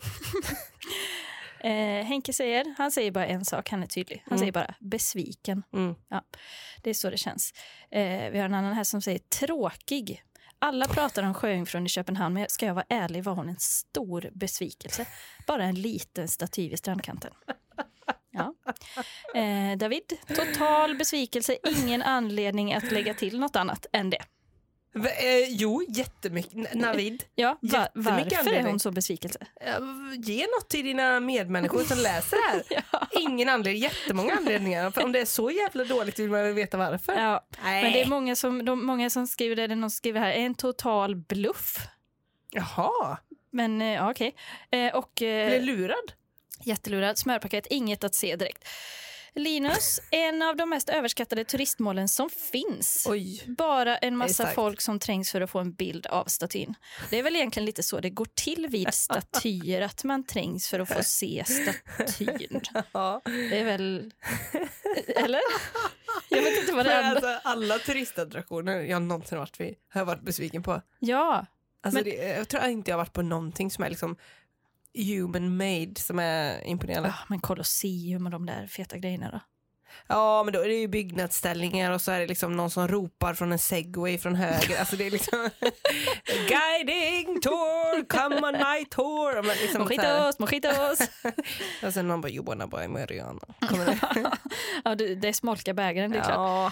Henke säger bara en sak, han är tydlig. Han säger bara besviken. Ja, det är så det känns. Vi har en annan här som säger tråkig. Alla pratar om sjöjungfrun i Köpenhamn, men ska jag vara ärlig var hon en stor besvikelse. Bara en liten staty vid strandkanten. Ja. David, total besvikelse. Ingen anledning att lägga till något annat än det. Jo, jättemycket. Navid. Ja, varför är hon så besvikelse? Ge något till dina medmänniskor som läser här. Ja. Ingen anledning, jättemånga anledningar. För om det är så jävla dåligt vill man väl veta varför. Ja. Men det är många som skriver det. Någon skriver här, en total bluff. Jaha. Men ja, okej. Blev lurad? Jättelurad. Smörpaket, inget att se direkt. Linus, en av de mest överskattade turistmålen som finns. Oj. Bara en massa folk som trängs för att få en bild av statyn. Det är väl egentligen lite så det går till vid statyer, att man trängs för att få se statyn. Ja. Det är väl... Eller? Jag vet inte vad det är. Alltså, alla turistattraktioner jag någonsin varit vid har jag varit besviken på. Ja. Alltså, jag tror inte jag har varit på någonting som är liksom human made som är imponerande. Men Colosseum och de där feta grejerna då? Ja, men då är det ju byggnadsställningar och så är det liksom någon som ropar från en segway från höger. Alltså det är liksom guiding tour, come on night tour. Liksom mojitos. Och sen någon bara, you wanna buy Mariana. Ja, det är smolka bägaren, det är klart.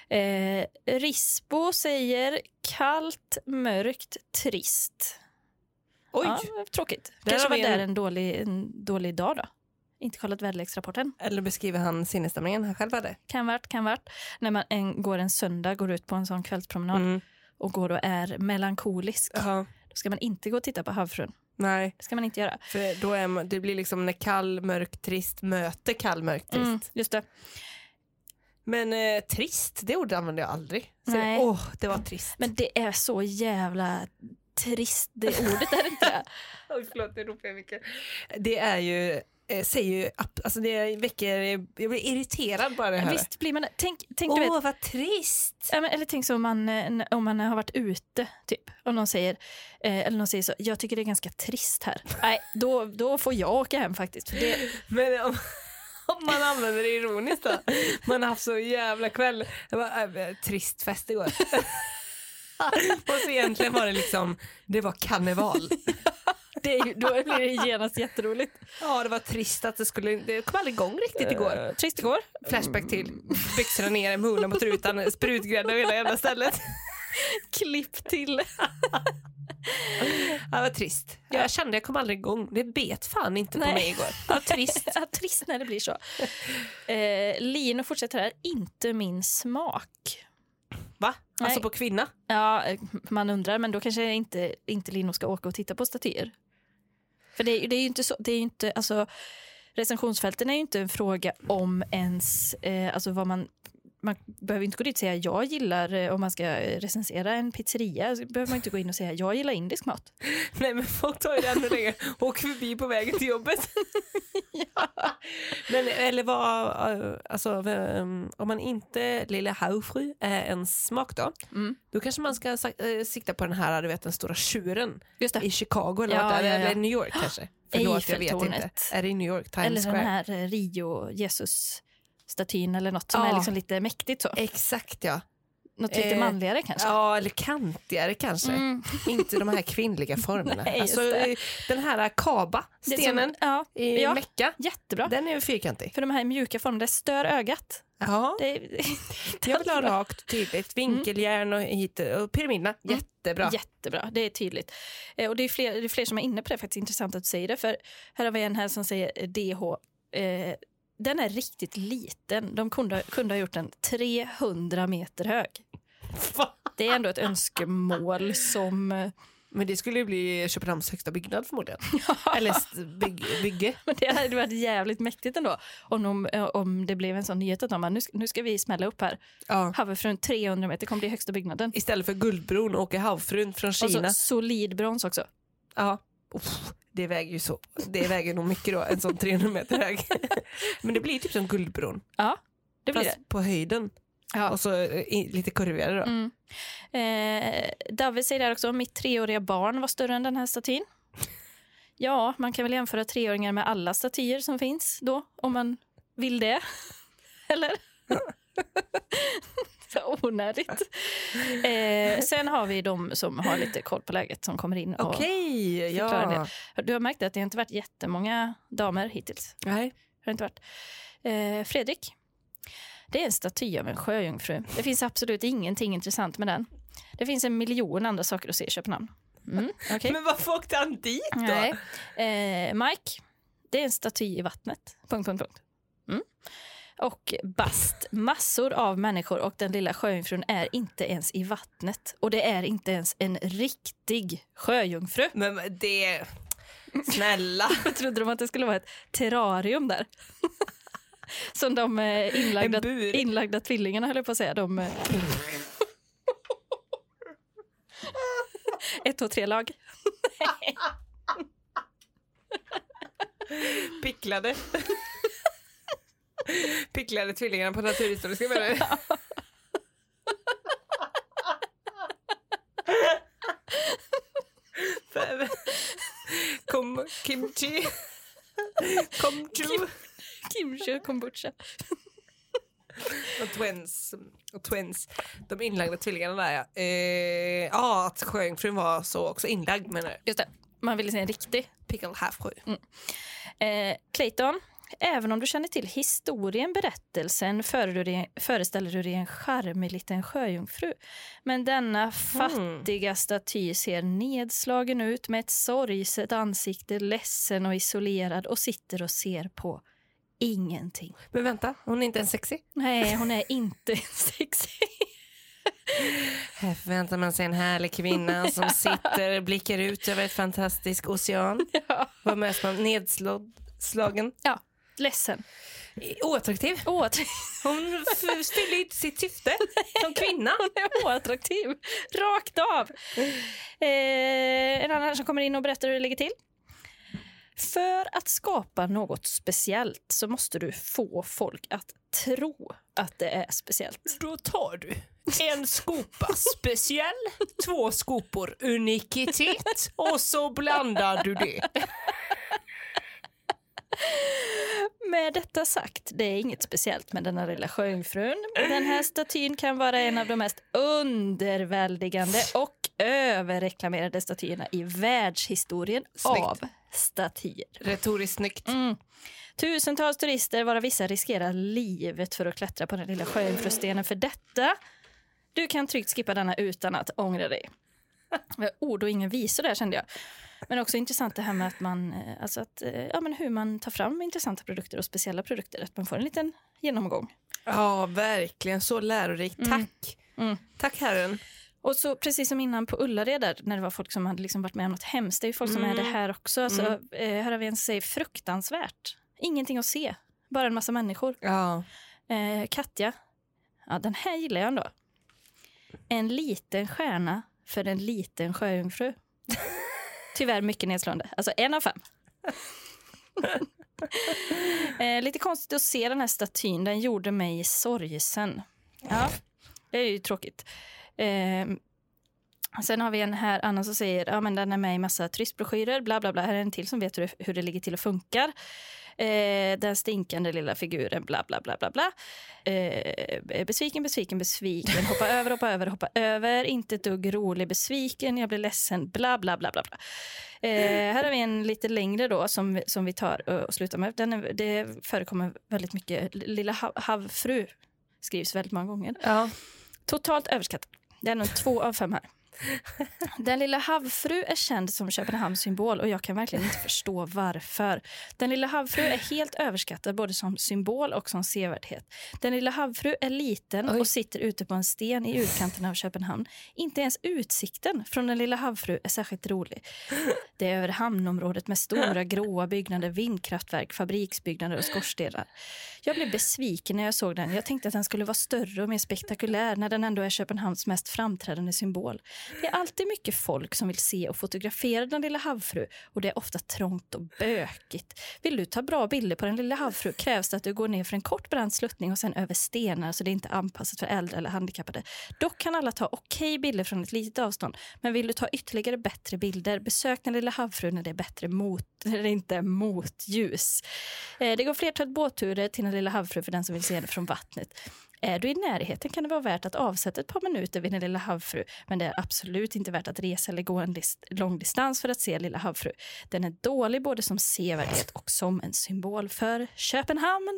Risbo säger kallt, mörkt, trist. Oj. Ja, tråkigt. Kanske var där en dålig dag då. Inte kollat väderleksrapporten. Eller beskriver han sinnesstämningen han själv hade? Kan vart. När man går en söndag, går ut på en sån kvällspromenad och går och är melankolisk. Då ska man inte gå och titta på havfrun. Nej. Det ska man inte göra. För då det blir liksom när kall, mörk, trist möter kall, mörk, trist. Just det. Men trist, det ordet använder jag aldrig. Nej. Det var trist. Men det är så jävla trist, det ordet är inte det. Förlåt, det ropar jag mycket. Det är ju säger ju, alltså det väcker, jag blir irriterad bara det här. Visst blir man, tänk du vet. Vad trist. Eller tänk så om man har varit ute typ och någon säger så, jag tycker det är ganska trist här. Nej, då får jag åka hem faktiskt för det. Men om man använder det ironiskt då. Man har haft så jävla kväll. Det var trist fest igår. Och så egentligen var det liksom, det var karneval. Då blir det genast jätteroligt. Ja, det var trist att det kom aldrig igång riktigt igår. Trist igår. Flashback till byxorna ner i munnen mot rutan, sprutgrädde och hela jävla stället. Klipp till. Det var trist. Jag kände jag kom aldrig igång. Det bet fan inte på mig igår. Ja, trist. Ja, trist när det blir så. Lino fortsätter här. Inte min smak. Va? Nej. Alltså på kvinna? Ja, man undrar. Men då kanske inte Lino ska åka och titta på statyer. För det är ju inte så. Det är ju inte, alltså, recensionsfälten är ju inte en fråga om ens alltså vad man behöver inte gå dit och säga jag gillar, om man ska recensera en pizzeria så behöver man inte gå in och säga jag gillar indisk mat. Nej, men folk tar ju det ännu längre. Åk förbi på vägen till jobbet. Ja. Men eller vad, alltså om man inte Lilla Haufru är en smak då kanske man ska sikta på den här, du vet, den stora tjuren i Chicago eller vart eller New York kanske. Förlåt, jag vet inte. Är det i New York, Times Square? Eller den här Rio Jesus-statyn eller något som är liksom lite mäktigt så. Exakt, ja. Något lite manligare kanske. Ja, eller kantigare kanske. Inte de här kvinnliga formerna. Nej, alltså den här Kaaba-stenen i Mecka. Jättebra. Den är fyrkantig. För de här mjuka formerna, det stör ögat. Ja. Jag vill ha rakt, tydligt. Vinkeljärn och pyramiderna. Jättebra. Jättebra, det är tydligt. Och det är fler som är inne på det, faktiskt intressant att du säger det. För här har vi en här som säger DH. Den är riktigt liten. De kunde ha gjort den 300 meter hög. Det är ändå ett önskemål som... Men det skulle ju bli Köpenhamns högsta byggnad förmodligen. Eller bygge. Men det hade varit jävligt mäktigt ändå. Om det blev en sån nyhet att nu ska vi smälla upp här. Ja. Havfrun 300 meter kommer bli högsta byggnaden. Istället för Guldbron åker Havfrun från Kina. Och så solid brons också. Ja. Det väger nog mycket då, en sån 300 meter hög. Men det blir typ som Guldbron. Ja, det blir det. På höjden. Ja. Och så lite kurvigare då. David säger där också, mitt 3-åriga barn var större än den här statyn. Ja, man kan väl jämföra 3-åringar med alla statyer som finns då, om man vill det. Eller? Så onödigt. Sen har vi de som har lite koll på läget som kommer in och förklarar det. Du har märkt att det inte varit jättemånga damer hittills. Nej. Har det inte varit. Fredrik, det är en staty av en sjöjungfru. Det finns absolut ingenting intressant med den. Det finns 1 miljon andra saker att se i Köpenhamn. Okay. Men varför åkte han dit då? Nej. Mike, det är en staty i vattnet. ... Och bast, massor av människor och den lilla sjöjungfrun är inte ens i vattnet. Och det är inte ens en riktig sjöjungfru. Men det... Snälla. Jag trodde de att det skulle vara ett terrarium där. Som de inlagda tvillingarna höll jag på att säga. 1, 2, 3 lag. Picklade tvillingarna på Naturhistoriska museet. Kimchi. Kimchi och kombucha. Och twins. De inlagda tvillingarna där, att sjöjungfrun var så också inlagd, menar jag. Just det. Man vill se en riktig pickle havfru. Clayton, även om du känner till historien, berättelsen, föreställer du dig en charmig liten sjöjungfru. Men denna fattiga staty ser nedslagen ut med ett sorgset ansikte, ledsen och isolerad, och sitter och ser på ingenting. Men vänta, hon är inte en sexy? Nej, hon är inte sexy. Här förväntar man sig en härlig kvinna som sitter och blickar ut över ett fantastiskt ocean. Ja. Vad mest man nedslagen? Ja, ledsen. Oattraktiv. Hon fyller inte sitt syfte som kvinna. Hon är oattraktiv. Rakt av. En annan som kommer in och berättar hur det ligger till. För att skapa något speciellt så måste du få folk att tro att det är speciellt. Då tar du 1 skopa speciell, 2 skopor unikitet och så blandar du det. Med detta sagt, det är inget speciellt med den här lilla sjöjungfrun. Den här statyn kan vara en av de mest underväldigande och överreklamerade statyerna i världshistorien av statyer. Retoriskt snyggt. Tusentals turister, varav vissa riskerar livet för att klättra på den lilla sjöjungfrustenen för detta. Du kan tryggt skippa denna utan att ångra dig. Ord och ingen visor där, kände jag. Men också intressant det här med att man, alltså att, men hur man tar fram intressanta produkter och speciella produkter. Att man får en liten genomgång. Ja, verkligen. Så lärorikt. Tack. Tack, herren. Och så precis som innan på Ullared där, när det var folk som hade liksom varit med om något hemskt. Det är ju folk som är det här också. Alltså, här har vi en som säger fruktansvärt. Ingenting att se. Bara en massa människor. Ja. Katja. Ja, den här gillar jag ändå. En liten stjärna för en liten sjöjungfru. Tyvärr mycket nedslående. Alltså 1 av 5. Lite konstigt att se den här statyn. Den gjorde mig sorgsen. Ja, det är ju tråkigt. Sen har vi en här Anna som säger ja, men den är med i massa turistbroschyrer. Bla bla bla. Här är en till som vet hur det ligger till och funkar. Den stinkande lilla figuren. Bla bla bla bla bla. Besviken. Hoppa över. Inte ett dugg rolig, besviken. Jag blir ledsen. Bla bla bla bla bla. Här har vi en lite längre då som vi tar och slutar med. Det förekommer väldigt mycket. Lilla havfru skrivs väldigt många gånger. Ja. Totalt överskattat. Det är nog 2 av 5 här. Den lilla havfru är känd som Köpenhamns symbol och jag kan verkligen inte förstå varför. Den lilla havfru är helt överskattad både som symbol och som sevärdhet. Den lilla havfru är liten och sitter ute på en sten i utkanten av Köpenhamn. Inte ens utsikten från den lilla havfru är särskilt rolig. Det är över hamnområdet med stora gråa byggnader, vindkraftverk, fabriksbyggnader och skorstenar. Jag blev besviken när jag såg den. Jag tänkte att den skulle vara större och mer spektakulär när den ändå är Köpenhamns mest framträdande symbol. Det är alltid mycket folk som vill se och fotografera den lilla havfru och det är ofta trångt och bökigt. Vill du ta bra bilder på den lilla havfru krävs det att du går ner för en kort brant sluttning och sen över stenar så det är inte anpassat för äldre eller handikappade. Dock kan alla ta okej bilder från ett litet avstånd, men vill du ta ytterligare bättre bilder, besök den lilla havfru när det är bättre när det inte är motljus. Det går flertal båtturer till den lilla havfru för den som vill se det från vattnet. Är du i närheten kan det vara värt att avsätta ett par minuter vid den lilla havfru, men det är absolut inte värt att resa eller gå en lång distans för att se lilla havfru. Den är dålig både som sevärdhet och som en symbol för Köpenhamn.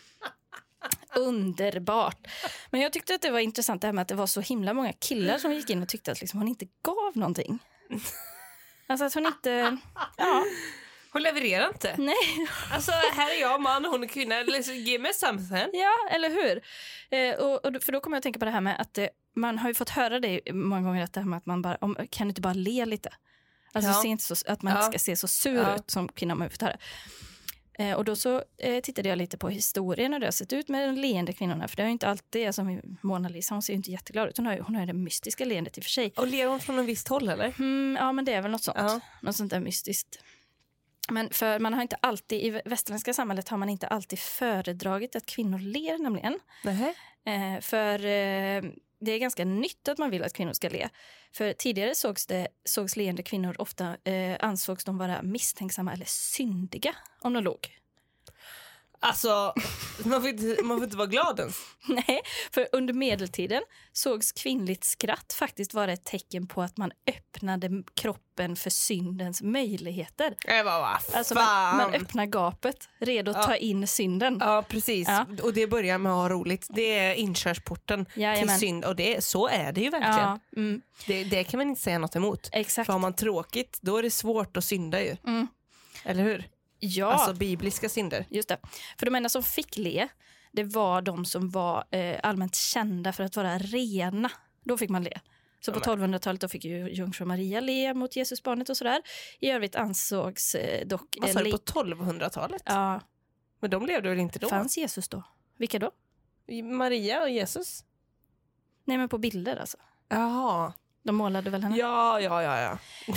Underbart. Men jag tyckte att det var intressant det här med att det var så himla många killar som gick in och tyckte att liksom hon inte gav någonting. Alltså att hon inte... Ja. Hon levererar inte. Nej. Alltså här är jag man, hon är kvinna. Ge mig something. Ja, eller hur? För då kommer jag att tänka på det här med att man har ju fått höra det många gånger att det här med att man bara, kan du inte bara le lite? Alltså se inte så, att man inte ska se så sur ut som kvinnan man har fått höra. Och då så tittade jag lite på historien och det har sett ut med de leende kvinnorna. För det är ju inte alltid, som Mona Lisa, hon ser ju inte jätteglad ut. Hon har ju det mystiska leendet i och för sig. Och ler hon från en visst håll eller? Ja, men det är väl något sånt. Något sånt där mystiskt. Men för man har inte alltid, i västerländska samhället har man inte alltid föredragit att kvinnor ler nämligen. För det är ganska nytt att man vill att kvinnor ska le. För tidigare sågs leende kvinnor ofta, ansågs de vara misstänksamma eller syndiga om de låg. Alltså, man får inte vara glad ens. Nej, för under medeltiden sågs kvinnligt skratt faktiskt vara ett tecken på att man öppnade kroppen för syndens möjligheter. Alltså man öppnar gapet, redo att ta in synden. Ja, precis. Ja. Och det börjar med att ha roligt. Det är inkörsporten till synd. Och så är det ju verkligen. Ja, det kan man inte säga något emot. Exakt. För har man tråkigt, då är det svårt att synda ju. Eller hur? Ja. Alltså bibliska synder. Just det. För de enda som fick le, det var de som var allmänt kända för att vara rena. Då fick man le. Så på 1200-talet då fick ju jungfru Maria le mot Jesusbarnet och sådär. I övrigt ansågs dock... Vad sa du, på 1200-talet? Ja. Men de levde väl inte då? Fanns Jesus då? Vilka då? Maria och Jesus? Nej, men på bilder alltså. Jaha. De målade väl henne? Ja.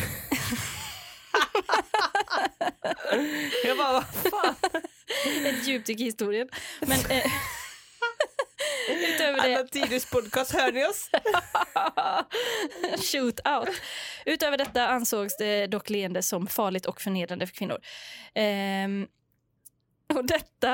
Jag bara, vad fan? Ett djupdyk i historien. Men utöver det... Alla tiders podcast, hör ni oss? Shoot out. Utöver detta ansågs det dock leende som farligt och förnedrande för kvinnor. Och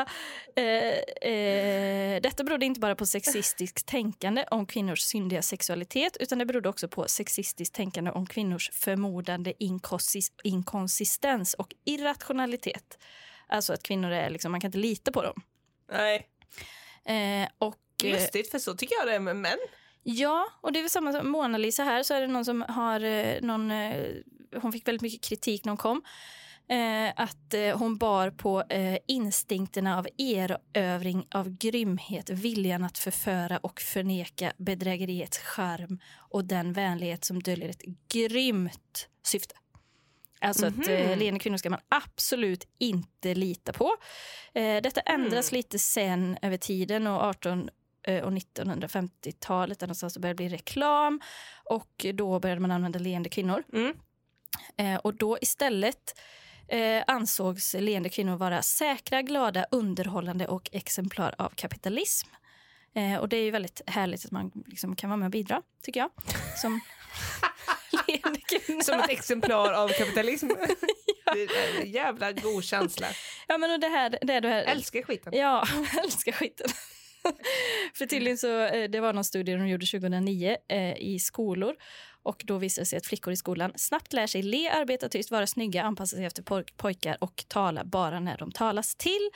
detta berodde inte bara på sexistiskt tänkande om kvinnors syndiga sexualitet, utan det berodde också på sexistiskt tänkande om kvinnors förmodande inkonsistens och irrationalitet. Alltså att kvinnor är liksom, man kan inte lita på dem. Nej. Och lustigt, för så tycker jag det är med män. Ja, och det är väl samma som Mona Lisa här, så är det någon som har hon fick väldigt mycket kritik när hon kom. Att hon bar på instinkterna av erövring, av grymhet, viljan att förföra och förneka, bedrägeriets charm och den vänlighet som döljer ett grymt syfte. Alltså att leende kvinnor ska man absolut inte lita på. Detta ändras lite sen över tiden, och 18 och 1950-talet där så började det bli reklam, och då började man använda leende kvinnor. Och då istället ansågs leende kvinnor vara säkra, glada, underhållande och exemplar av kapitalism. Och det är ju väldigt härligt att man liksom kan vara med och bidra, tycker jag. Som leende kvinna. Som ett exemplar av kapitalism. Ja. Det är en jävla god känsla. Ja, men och det här... Älskar skiten. Ja, älskar skiten. För tydligen så, det var någon studie de gjorde 2009 i skolor. Och då visade det sig att flickor i skolan snabbt lär sig le, arbeta tyst, vara snygga, anpassa sig efter pojkar och tala bara när de talas till.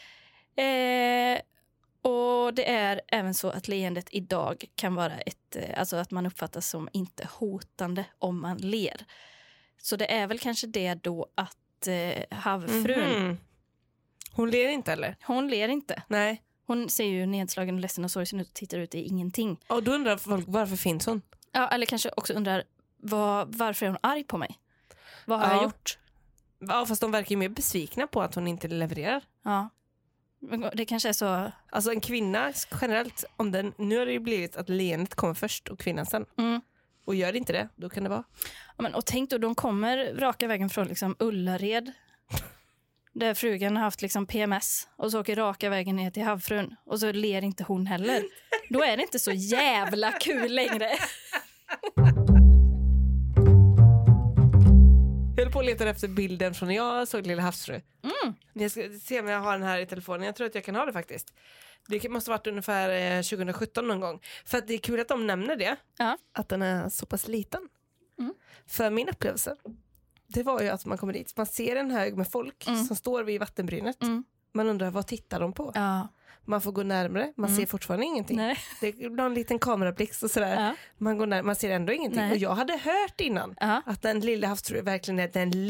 Och det är även så att leendet idag kan vara alltså att man uppfattas som inte hotande om man ler. Så det är väl kanske det då att havfrun... Hon ler inte, eller? Hon ler inte. Nej. Hon ser ju nedslagen och ledsen och sorgsen ut och tittar ut i ingenting. Och då undrar folk, varför finns hon? Ja, eller kanske också undrar, varför är hon arg på mig? Vad har jag gjort? Ja, fast de verkar ju mer besvikna på att hon inte levererar. Ja, det kanske är så... Alltså en kvinna generellt, nu har det ju blivit att leendet kommer först och kvinnan sen. Och gör inte det, då kan det vara. Ja, men, och tänk då, de kommer raka vägen från liksom Ullared, där frugan har haft liksom PMS, och så åker raka vägen ner till havfrun, och så ler inte hon heller. Då är det inte så jävla kul längre. Jag höll på att leta efter bilden från när jag såg Lilla havsfru. Jag ska se om jag har den här i telefonen. Jag tror att jag kan ha det faktiskt. Det måste ha varit ungefär 2017 någon gång. För att det är kul att de nämner det. Ja. Att den är så pass liten. För min upplevelse, det var ju att man kommer dit. Man ser en hög med folk som står vid vattenbrynet. Man undrar, vad tittar de på? Ja. Man får gå närmare. Man ser fortfarande ingenting. Nej. Det är någon liten kamerablixt och sådär. Ja. Man går man ser ändå ingenting. Nej. Och jag hade hört innan att den lilla havsfru verkligen är den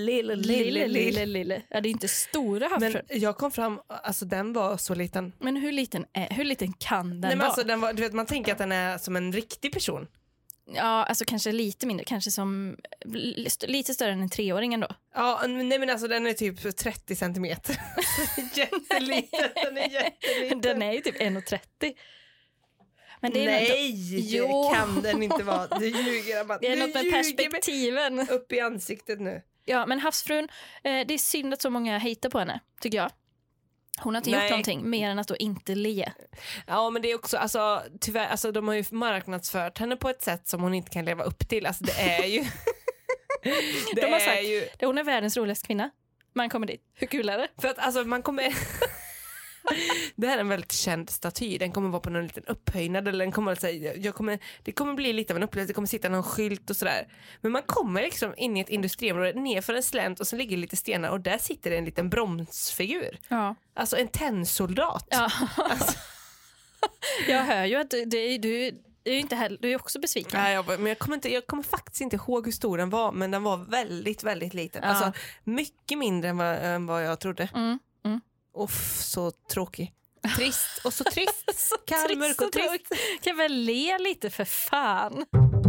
lille. Ja, det är inte stora havsfrun. Men jag kom fram, alltså den var så liten. Men hur liten kan den Nej, men vara? alltså, den var, du vet, man tänker att den är som en riktig person. Ja, alltså kanske lite mindre. Kanske som lite större än en 3-åring ändå. Ja, nej men alltså den är typ 30 centimeter. Jätteliten, den är jätteliten. Den är ju typ 1,30. Men det är det kan den inte vara. Du ljuger. Det är något med perspektiven. Upp i ansiktet nu. Ja, men havsfrun, det är synd att så många hatar på henne, tycker jag. Hon har inte gjort någonting mer än att då inte le. Ja, men det är också, alltså, tyvärr, alltså, de har ju marknadsfört henne på ett sätt som hon inte kan leva upp till. Alltså det är ju... De har sagt hon är världens roligaste kvinna. Man kommer dit. Hur kul är det? För att alltså man kommer... Det här är en väldigt känd staty. Den kommer vara på någon liten upphöjnad. Eller den kommer, alltså, det kommer bli lite av en upplevelse. Det kommer sitta någon skylt och sådär. Men man kommer liksom in i ett industriområde, ner för en slänt, och så ligger lite stenar. Och där sitter det en liten bromsfigur. Ja. Alltså en tennsoldat. Ja. Alltså. Jag hör ju att du är inte heller, du är också besviken. Nej, men jag kommer faktiskt inte ihåg hur stor den var. Men den var väldigt, väldigt liten. Alltså mycket mindre än vad jag trodde. Så tråkig. Trist. Och så trist. Så kall, mörk och trist. Kan väl le lite för fan.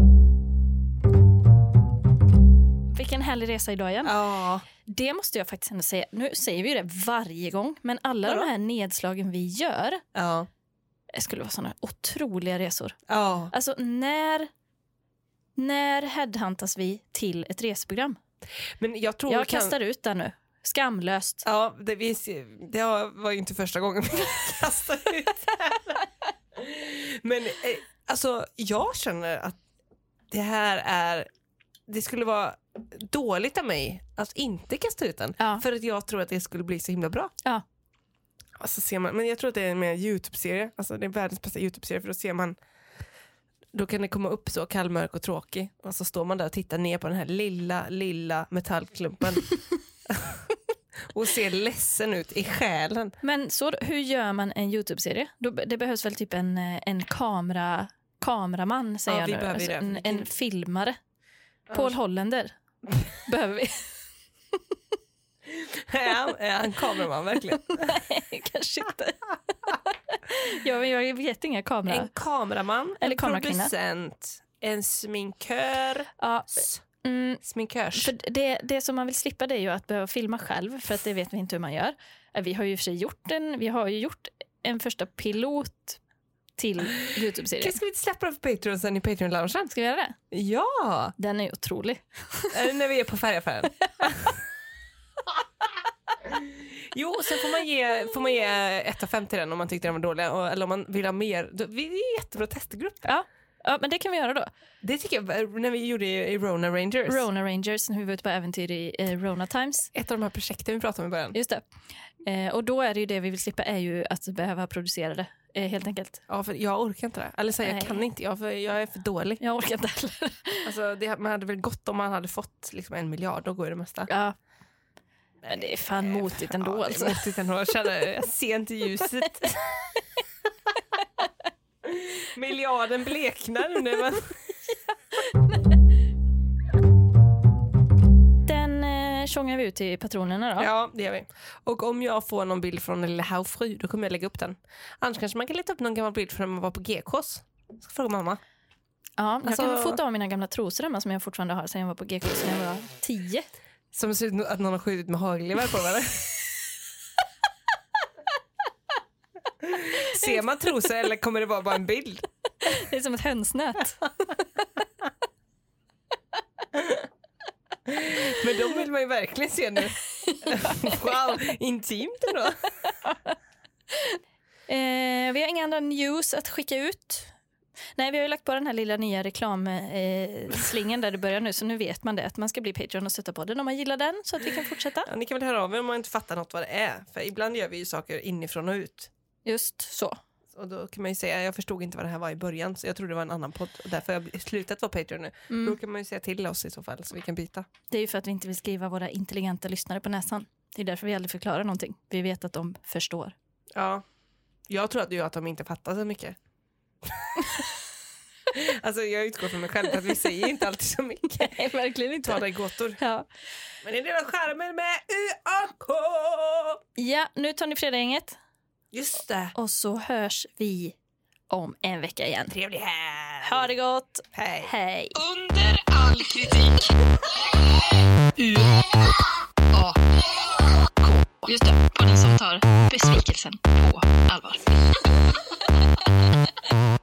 Vilken härlig resa idag igen. Ja. Det måste jag faktiskt ändå säga. Nu säger vi ju det varje gång. Men alla de här nedslagen vi gör. Ja. Det skulle vara såna otroliga resor. Ja. Alltså när headhuntas vi till ett reseprogram? Men jag kastar ut det nu. Skamlöst. Ja, det var ju inte första gången vi kastade ut det. Men alltså jag känner att det skulle vara dåligt av mig att inte kasta ut den. Ja. För att jag tror att det skulle bli så himla bra. Ja, Alltså ser man, men jag tror att det är en mer YouTube-serie. Alltså det är världens bästa YouTube-serie, för då ser man, då kan det komma upp så kall, mörk och tråkig. Och så står man där och tittar ner på den här lilla metallklumpen. Och ser ledsen ut i själen. Men så, hur gör man en YouTube-serie? Det behövs väl typ en kameraman, säger jag nu. Alltså en filmare. Paul Hollander behöver vi. Är han kameraman verkligen? Nej, kanske inte. Jag vet inga kamera. En kameraman, eller en producent, en sminkör. Ja. Sminkörs. För det som man vill slippa, det är ju att behöva filma själv, för att det vet vi inte hur man gör. Vi har ju för sig gjort en första pilot till YouTube-serien. Ska vi inte släppa det för Patreon sen i Patreon-loungen? Ska vi göra det? Ja! Den är otrolig. När vi är på färgaffären. Jo, sen får man ge 1 av 5 till den om man tyckte den var dålig. Eller om man vill ha mer. Vi är jättebra testgrupp. Ja, men det kan vi göra då. Det tycker jag, när vi gjorde i Rona Rangers. Rona Rangers, när vi var ute på äventyr i Rona Times. Ett av de här projekten vi pratade om i början. Just det. Och då är det ju det vi vill slippa, är ju att behöva producera det, helt enkelt. Ja, för jag orkar inte det. Eller så jag kan inte, för jag är för dålig. Jag orkar inte heller. Alltså, man hade väl gått om man hade fått liksom 1 miljard, då går det mesta. Ja. Men det är fan motigt ändå. Ja, det är motigt ändå. Jag ser inte ljuset. Miljarden bleknar nu. Den tjongar vi ut till patronerna då. Ja, det gör vi. Och om jag får någon bild från Lilla Haufru, då kommer jag lägga upp den. Annars kanske man kan leta upp någon gammal bild från när man var på GKs. Ska fråga mamma. Ja, jag kan fota av mina gamla trosor hemma som jag fortfarande har sedan jag var på GKs när jag var 10. Som ser ut att någon har skjutit med hagelgevär på mig. Ser man trosor eller kommer det vara bara en bild? Det är som ett hönsnät. Men de vill man ju verkligen se nu. Wow, intimt ändå. Vi har inga andra news att skicka ut. Nej, vi har ju lagt på den här lilla nya reklamslingen där det börjar nu, så nu vet man det, att man ska bli Patreon och stötta på den om man gillar den, så att vi kan fortsätta. Ja, ni kan väl höra av er om man inte fattar något vad det är, för ibland gör vi ju saker inifrån och ut. Just så. Och då kan man ju säga, jag förstod inte vad det här var i början, så jag trodde det var en annan podd, och därför har jag slutat vara Patreon nu. Då kan man ju säga till oss i så fall, så vi kan byta. Det är ju för att vi inte vill skriva våra intelligenta lyssnare på näsan. Det är därför vi aldrig förklarar någonting. Vi vet att de förstår. Ja, jag tror att de inte fattar så mycket. Alltså jag utgår från mig själv att vi säger inte alltid så mycket. Nej, verkligen inte. Ta dig gåtor. Ja. Men det är del av skärmen med UAK. Ja, nu tar ni Fredagänget. Just det. Och så hörs vi om en vecka igen. Trevlig helg. Ha det gott. Hej. Hej. Under all kritik. UAK. Just det, podden som tar besvikelsen på allvar.